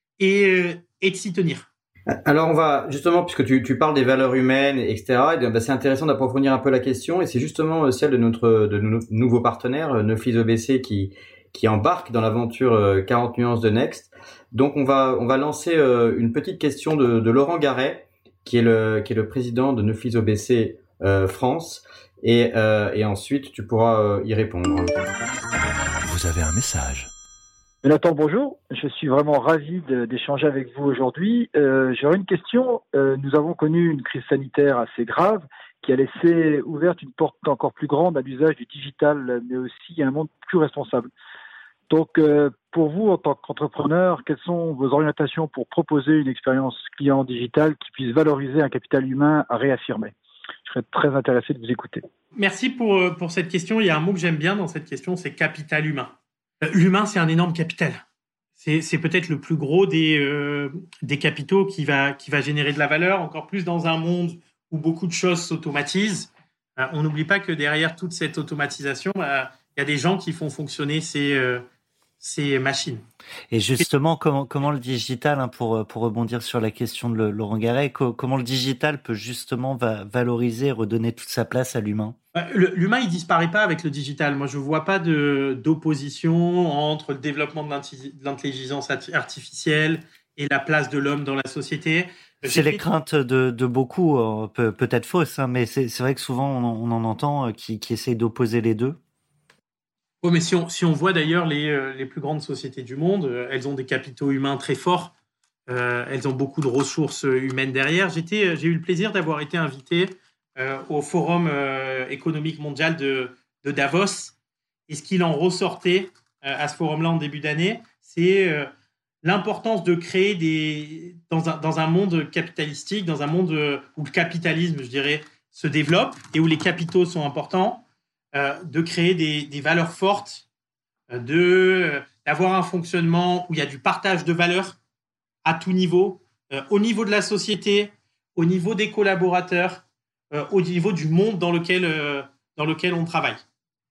et de s'y tenir. Alors on va justement, puisque tu parles des valeurs humaines, etc., c'est intéressant d'approfondir un peu la question, et c'est justement celle de nos nouveaux partenaires, Neuflis OBC, qui embarque dans l'aventure 40 nuances de Next. Donc on va lancer une petite question de Laurent Garret, qui est le président de Neuflis OBC France, et ensuite tu pourras y répondre. Vous avez un message. Jonathan, bonjour. Je suis vraiment ravi d'échanger avec vous aujourd'hui. J'aurais une question. Nous avons connu une crise sanitaire assez grave qui a laissé ouverte une porte encore plus grande à l'usage du digital, mais aussi à un monde plus responsable. Donc, pour vous, en tant qu'entrepreneur, quelles sont vos orientations pour proposer une expérience client digitale qui puisse valoriser un capital humain à réaffirmer ? Je serais très intéressé de vous écouter. Merci pour cette question. Il y a un mot que j'aime bien dans cette question, c'est capital humain. L'humain, c'est un énorme capital. C'est peut-être le plus gros des capitaux qui va générer de la valeur, encore plus dans un monde où beaucoup de choses s'automatisent. On n'oublie pas que derrière toute cette automatisation, il y a des gens qui font fonctionner ces machines. Et justement, comment le digital, pour rebondir sur la question de Laurent Garret, comment le digital peut justement valoriser et redonner toute sa place à l'humain ? L'humain, il disparaît pas avec le digital. Moi, je vois pas d'opposition entre le développement de l'intelligence artificielle et la place de l'homme dans la société. C'est les craintes de beaucoup, peut-être fausses, mais c'est vrai que souvent on en entend qui essayent d'opposer les deux. Oui, mais si on voit d'ailleurs les plus grandes sociétés du monde, elles ont des capitaux humains très forts. Elles ont beaucoup de ressources humaines derrière. J'ai eu le plaisir d'avoir été invité au Forum économique mondial de Davos. Et ce qu'il en ressortait à ce forum-là en début d'année, c'est l'importance de créer dans un monde capitalistique, dans un monde où le capitalisme, je dirais, se développe et où les capitaux sont importants, de créer des valeurs fortes, d'avoir un fonctionnement où il y a du partage de valeurs à tout niveau, au niveau de la société, au niveau des collaborateurs, au niveau du monde dans lequel on travaille.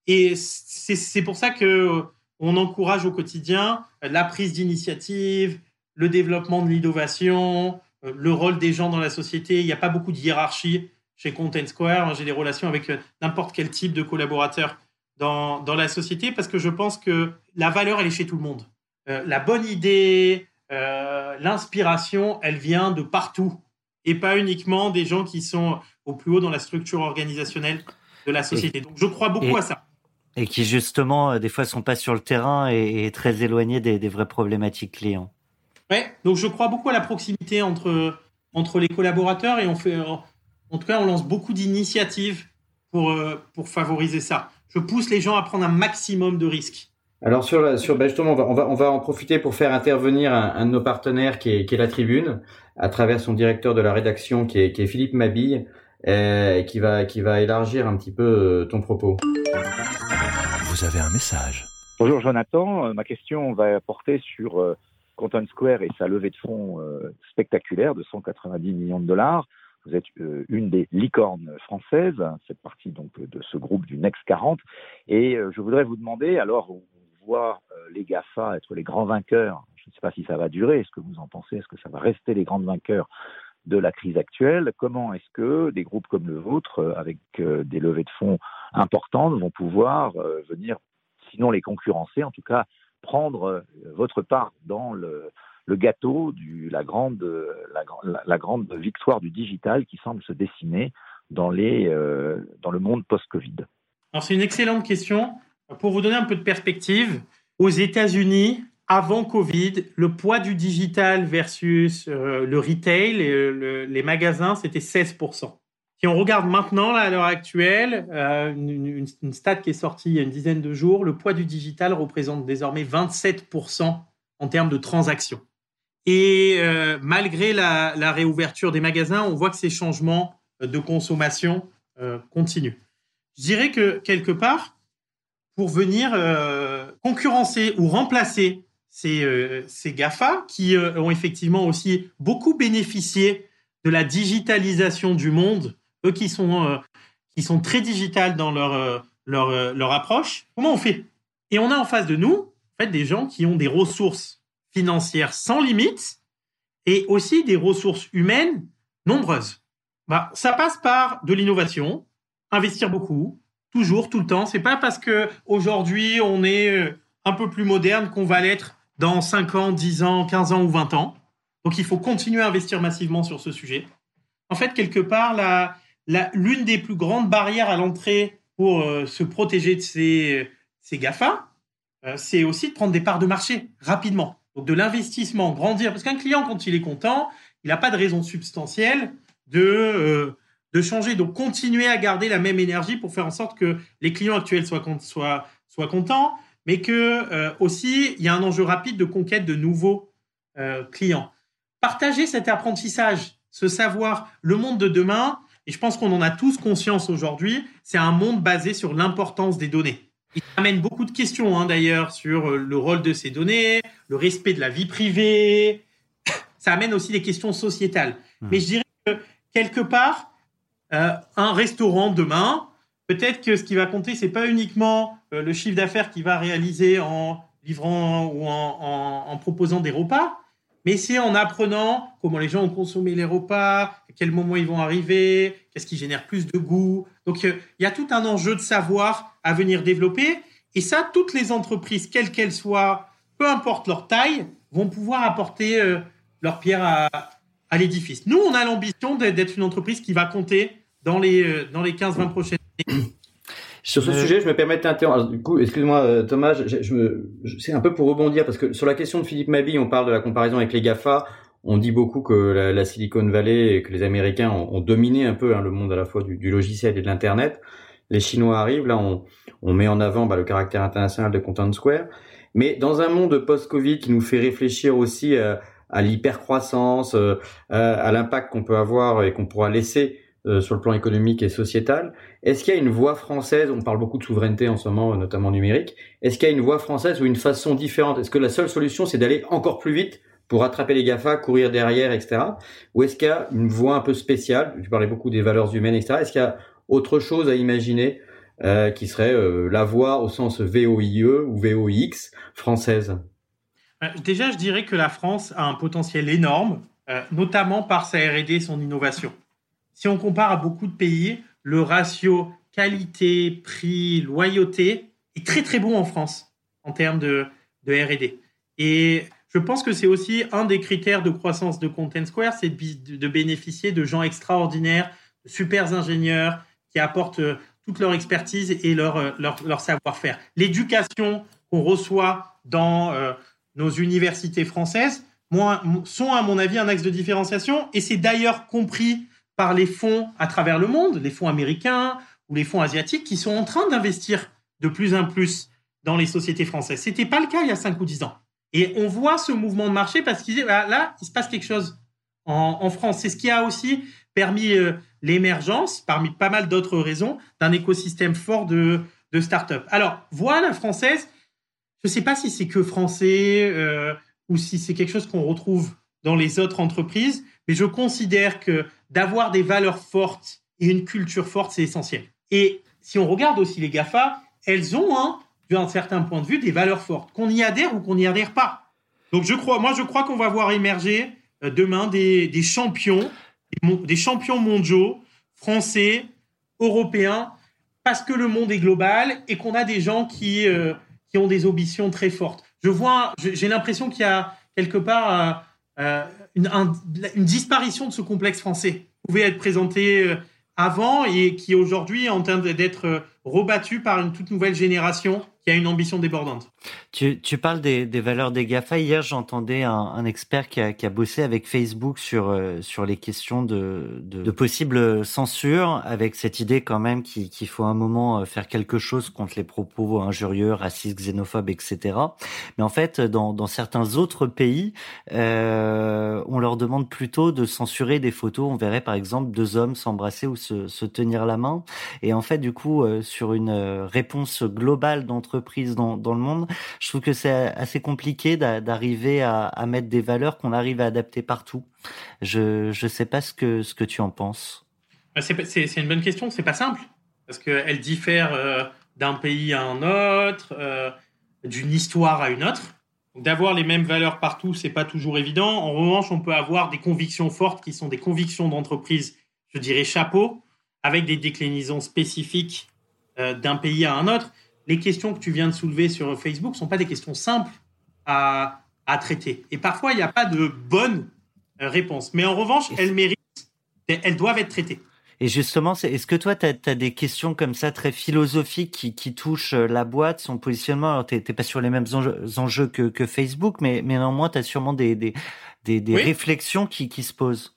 Et c'est pour ça que on encourage au quotidien la prise d'initiative, le développement de l'innovation, le rôle des gens dans la société. Il n'y a pas beaucoup de hiérarchie chez Content Square. J'ai des relations avec n'importe quel type de collaborateur dans la société parce que je pense que la valeur, elle est chez tout le monde. La bonne idée, l'inspiration, elle vient de partout et pas uniquement des gens qui sont au plus haut dans la structure organisationnelle de la société. Donc, je crois beaucoup à ça. Et qui, justement, des fois, sont pas sur le terrain et très éloignés des vraies problématiques clients. Ouais, donc je crois beaucoup à la proximité entre les collaborateurs et en tout cas, on lance beaucoup d'initiatives pour favoriser ça. Je pousse les gens à prendre un maximum de risques. Alors justement, on va en profiter pour faire intervenir un de nos partenaires qui est la Tribune, à travers son directeur de la rédaction qui est Philippe Mabille, qui va élargir un petit peu ton propos. Vous avez un message. Bonjour Jonathan, ma question va porter sur Content Square et sa levée de fonds spectaculaire de 190 millions de dollars. Vous êtes une des licornes françaises, cette partie donc de ce groupe du Next 40. Et je voudrais vous demander, alors on voit les GAFA être les grands vainqueurs, je ne sais pas si ça va durer, est-ce que vous en pensez, est-ce que ça va rester les grands vainqueurs de la crise actuelle? Comment est-ce que des groupes comme le vôtre, avec des levées de fonds importantes, vont pouvoir venir, sinon les concurrencer, en tout cas prendre votre part dans le gâteau la grande victoire du digital qui semble se dessiner dans le monde post-Covid? Alors c'est une excellente question. Pour vous donner un peu de perspective, aux États-Unis, avant Covid, le poids du digital versus le retail et les magasins, c'était 16%. Si on regarde maintenant, là, à l'heure actuelle, une stat qui est sortie il y a une dizaine de jours, le poids du digital représente désormais 27% en termes de transactions. Et malgré la réouverture des magasins, on voit que ces changements de consommation continuent. Je dirais que quelque part, pour venir concurrencer ou remplacer ces GAFA qui ont effectivement aussi beaucoup bénéficié de la digitalisation du monde, eux qui sont très digitales dans leur approche, comment on fait? Et on a en face de nous en fait, des gens qui ont des ressources financières sans limite et aussi des ressources humaines nombreuses. Ça passe par de l'innovation, investir beaucoup, toujours, tout le temps. C'est pas parce qu'aujourd'hui, on est un peu plus moderne qu'on va l'être dans 5 ans, 10 ans, 15 ans ou 20 ans. Donc, il faut continuer à investir massivement sur ce sujet. En fait, quelque part, l'une des plus grandes barrières à l'entrée pour se protéger de ces GAFA, c'est aussi de prendre des parts de marché rapidement. Donc, de l'investissement, grandir. Parce qu'un client, quand il est content, il n'a pas de raison substantielle de changer. Donc, continuer à garder la même énergie pour faire en sorte que les clients actuels soient contents, mais que aussi, il y a un enjeu rapide de conquête de nouveaux clients. Partager cet apprentissage, ce savoir, le monde de demain, et je pense qu'on en a tous conscience aujourd'hui, c'est un monde basé sur l'importance des données. Il amène beaucoup de questions, d'ailleurs, sur le rôle de ces données, le respect de la vie privée. Ça amène aussi des questions sociétales. Mais je dirais que, quelque part, un restaurant demain, peut-être que ce qui va compter, c'est pas uniquement le chiffre d'affaires qu'il va réaliser en livrant ou en proposant des repas, mais c'est en apprenant comment les gens ont consommé les repas, à quel moment ils vont arriver, qu'est-ce qui génère plus de goût. Donc, il y a tout un enjeu de savoir à venir développer. Et ça, toutes les entreprises, quelles qu'elles soient, peu importe leur taille, vont pouvoir apporter leur pierre à l'édifice. Nous, on a l'ambition d'être une entreprise qui va compter dans les 15-20 prochaines années. Sur ce sujet, je me permets de t'interrompre. Du coup, excuse-moi Thomas, c'est un peu pour rebondir parce que sur la question de Philippe Mabille, on parle de la comparaison avec les GAFA. On dit beaucoup que la Silicon Valley et que les Américains ont dominé un peu le monde à la fois du logiciel et de l'Internet. Les Chinois arrivent, là on met en avant le caractère international de Content Square. Mais dans un monde post-Covid qui nous fait réfléchir aussi à l'hypercroissance, à l'impact qu'on peut avoir et qu'on pourra laisser sur le plan économique et sociétal. Est-ce qu'il y a une voie française, on parle beaucoup de souveraineté en ce moment, notamment numérique, est-ce qu'il y a une voie française ou une façon différente? Est-ce que la seule solution, c'est d'aller encore plus vite pour rattraper les GAFA, courir derrière, etc. Ou est-ce qu'il y a une voie un peu spéciale? Tu parlais beaucoup des valeurs humaines, etc. Est-ce qu'il y a autre chose à imaginer qui serait la voie au sens VOIE ou VOIX française? Déjà, je dirais que la France a un potentiel énorme, notamment par sa R&D et son innovation. Si on compare à beaucoup de pays, le ratio qualité, prix, loyauté est très très bon en France en termes de R&D. Et je pense que c'est aussi un des critères de croissance de Content Square, c'est de bénéficier de gens extraordinaires, de super ingénieurs qui apportent toute leur expertise et leur savoir-faire. L'éducation qu'on reçoit dans nos universités françaises sont, à mon avis, un axe de différenciation. Et c'est d'ailleurs compris par les fonds à travers le monde, les fonds américains ou les fonds asiatiques, qui sont en train d'investir de plus en plus dans les sociétés françaises. Ce n'était pas le cas il y a 5 ou 10 ans. Et on voit ce mouvement de marché parce qu'il dit, là, il se passe quelque chose en France. C'est ce qui a aussi permis l'émergence, parmi pas mal d'autres raisons, d'un écosystème fort de start-up. Alors, voilà, française, je ne sais pas si c'est que français ou si c'est quelque chose qu'on retrouve dans les autres entreprises, mais je considère que d'avoir des valeurs fortes et une culture forte, c'est essentiel. Et si on regarde aussi les GAFA, elles ont, d'un certain point de vue, des valeurs fortes, qu'on y adhère ou qu'on n'y adhère pas. Donc, je crois qu'on va voir émerger demain des champions mondiaux, français, européens, parce que le monde est global et qu'on a des gens qui ont des ambitions très fortes. J'ai l'impression qu'il y a quelque part une disparition de ce complexe français qui pouvait être présenté avant et qui aujourd'hui est en train d'être rebattu par une toute nouvelle génération qui a une ambition débordante. Tu parles des valeurs des GAFA. Hier, j'entendais un expert qui a bossé avec Facebook sur les questions de possible censure, avec cette idée quand même qu'il faut à un moment faire quelque chose contre les propos injurieux, racistes, xénophobes, etc. Mais en fait, dans certains autres pays, on leur demande plutôt de censurer des photos. On verrait par exemple 2 hommes s'embrasser ou se tenir la main. Et en fait, du coup, sur une réponse globale d'entreprise dans le monde, je trouve que c'est assez compliqué d'arriver à mettre des valeurs qu'on arrive à adapter partout. Je sais pas ce que tu en penses. C'est une bonne question. C'est pas simple parce qu'elle diffère d'un pays à un autre, d'une histoire à une autre. Donc, d'avoir les mêmes valeurs partout, c'est pas toujours évident. En revanche, on peut avoir des convictions fortes qui sont des convictions d'entreprise, je dirais chapeau, avec des déclinaisons spécifiques d'un pays à un autre. Les questions que tu viens de soulever sur Facebook ne sont pas des questions simples à traiter. Et parfois, il n'y a pas de bonne réponse. Mais en revanche, elles doivent être traitées. Et justement, est-ce que toi, tu as des questions comme ça très philosophiques qui touchent la boîte, son positionnement? Alors, t'es pas sur les mêmes enjeux que Facebook, mais néanmoins, tu as sûrement des réflexions qui se posent.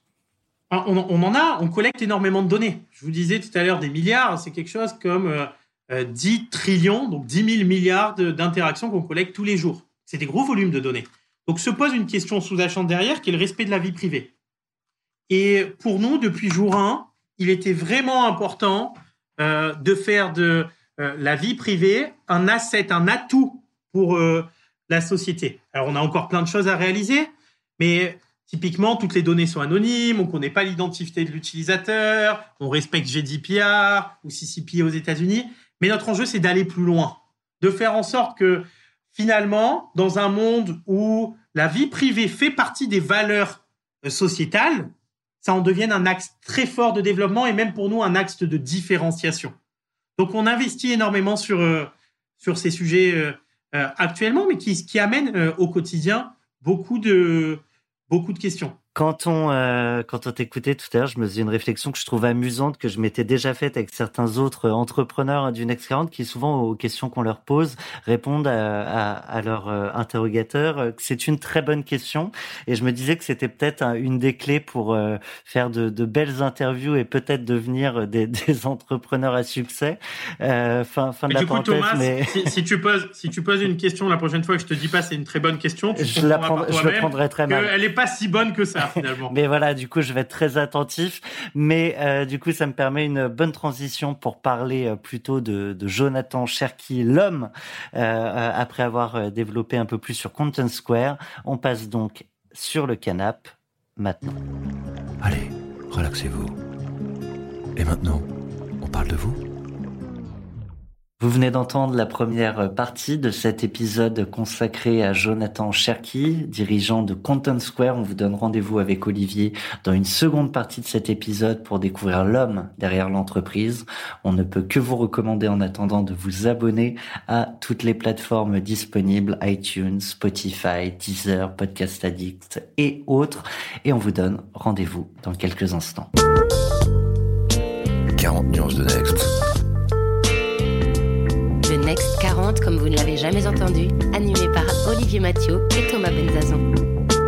On collecte énormément de données. Je vous disais tout à l'heure des milliards, c'est quelque chose comme 10 trillions, donc 10 000 milliards d'interactions qu'on collecte tous les jours. C'est des gros volumes de données. Donc se pose une question sous-jacente derrière qui est le respect de la vie privée. Et pour nous, depuis jour 1, il était vraiment important de faire de la vie privée un asset, un atout pour la société. Alors on a encore plein de choses à réaliser, mais typiquement, toutes les données sont anonymes, on ne connaît pas l'identité de l'utilisateur, on respecte GDPR ou CCPA aux États-Unis. Mais notre enjeu, c'est d'aller plus loin, de faire en sorte que finalement, dans un monde où la vie privée fait partie des valeurs sociétales, ça en devienne un axe très fort de développement et même pour nous, un axe de différenciation. Donc, on investit énormément sur ces sujets actuellement, mais qui amènent au quotidien beaucoup de questions. Quand on t'écoutait tout à l'heure, je me faisais une réflexion que je trouve amusante, que je m'étais déjà faite avec certains autres entrepreneurs du Next 40 qui, souvent, aux questions qu'on leur pose, répondent à leur interrogateur que c'est une très bonne question. Et je me disais que c'était peut-être une des clés pour faire de belles interviews et peut-être devenir des entrepreneurs à succès. Fin de la parenthèse. Thomas, mais... si tu poses une question la prochaine fois que je te dis pas c'est une très bonne question, je le prendrai très mal. Elle est pas si bonne que ça. Finalement. Mais voilà, du coup, je vais être très attentif. Mais du coup, ça me permet une bonne transition pour parler plutôt de Jonathan Cherki, l'homme, après avoir développé un peu plus sur Content Square. On passe donc sur le canapé maintenant. Allez, relaxez-vous. Et maintenant, on parle de vous ? Vous venez d'entendre la première partie de cet épisode consacré à Jonathan Cherki, dirigeant de Content Square. On vous donne rendez-vous avec Olivier dans une seconde partie de cet épisode pour découvrir l'homme derrière l'entreprise. On ne peut que vous recommander en attendant de vous abonner à toutes les plateformes disponibles, iTunes, Spotify, Deezer, Podcast Addict et autres. Et on vous donne rendez-vous dans quelques instants. 40 nuances de Next. Le Next 40 comme vous ne l'avez jamais entendu, animé par Olivier Mathieu et Thomas Benzazon.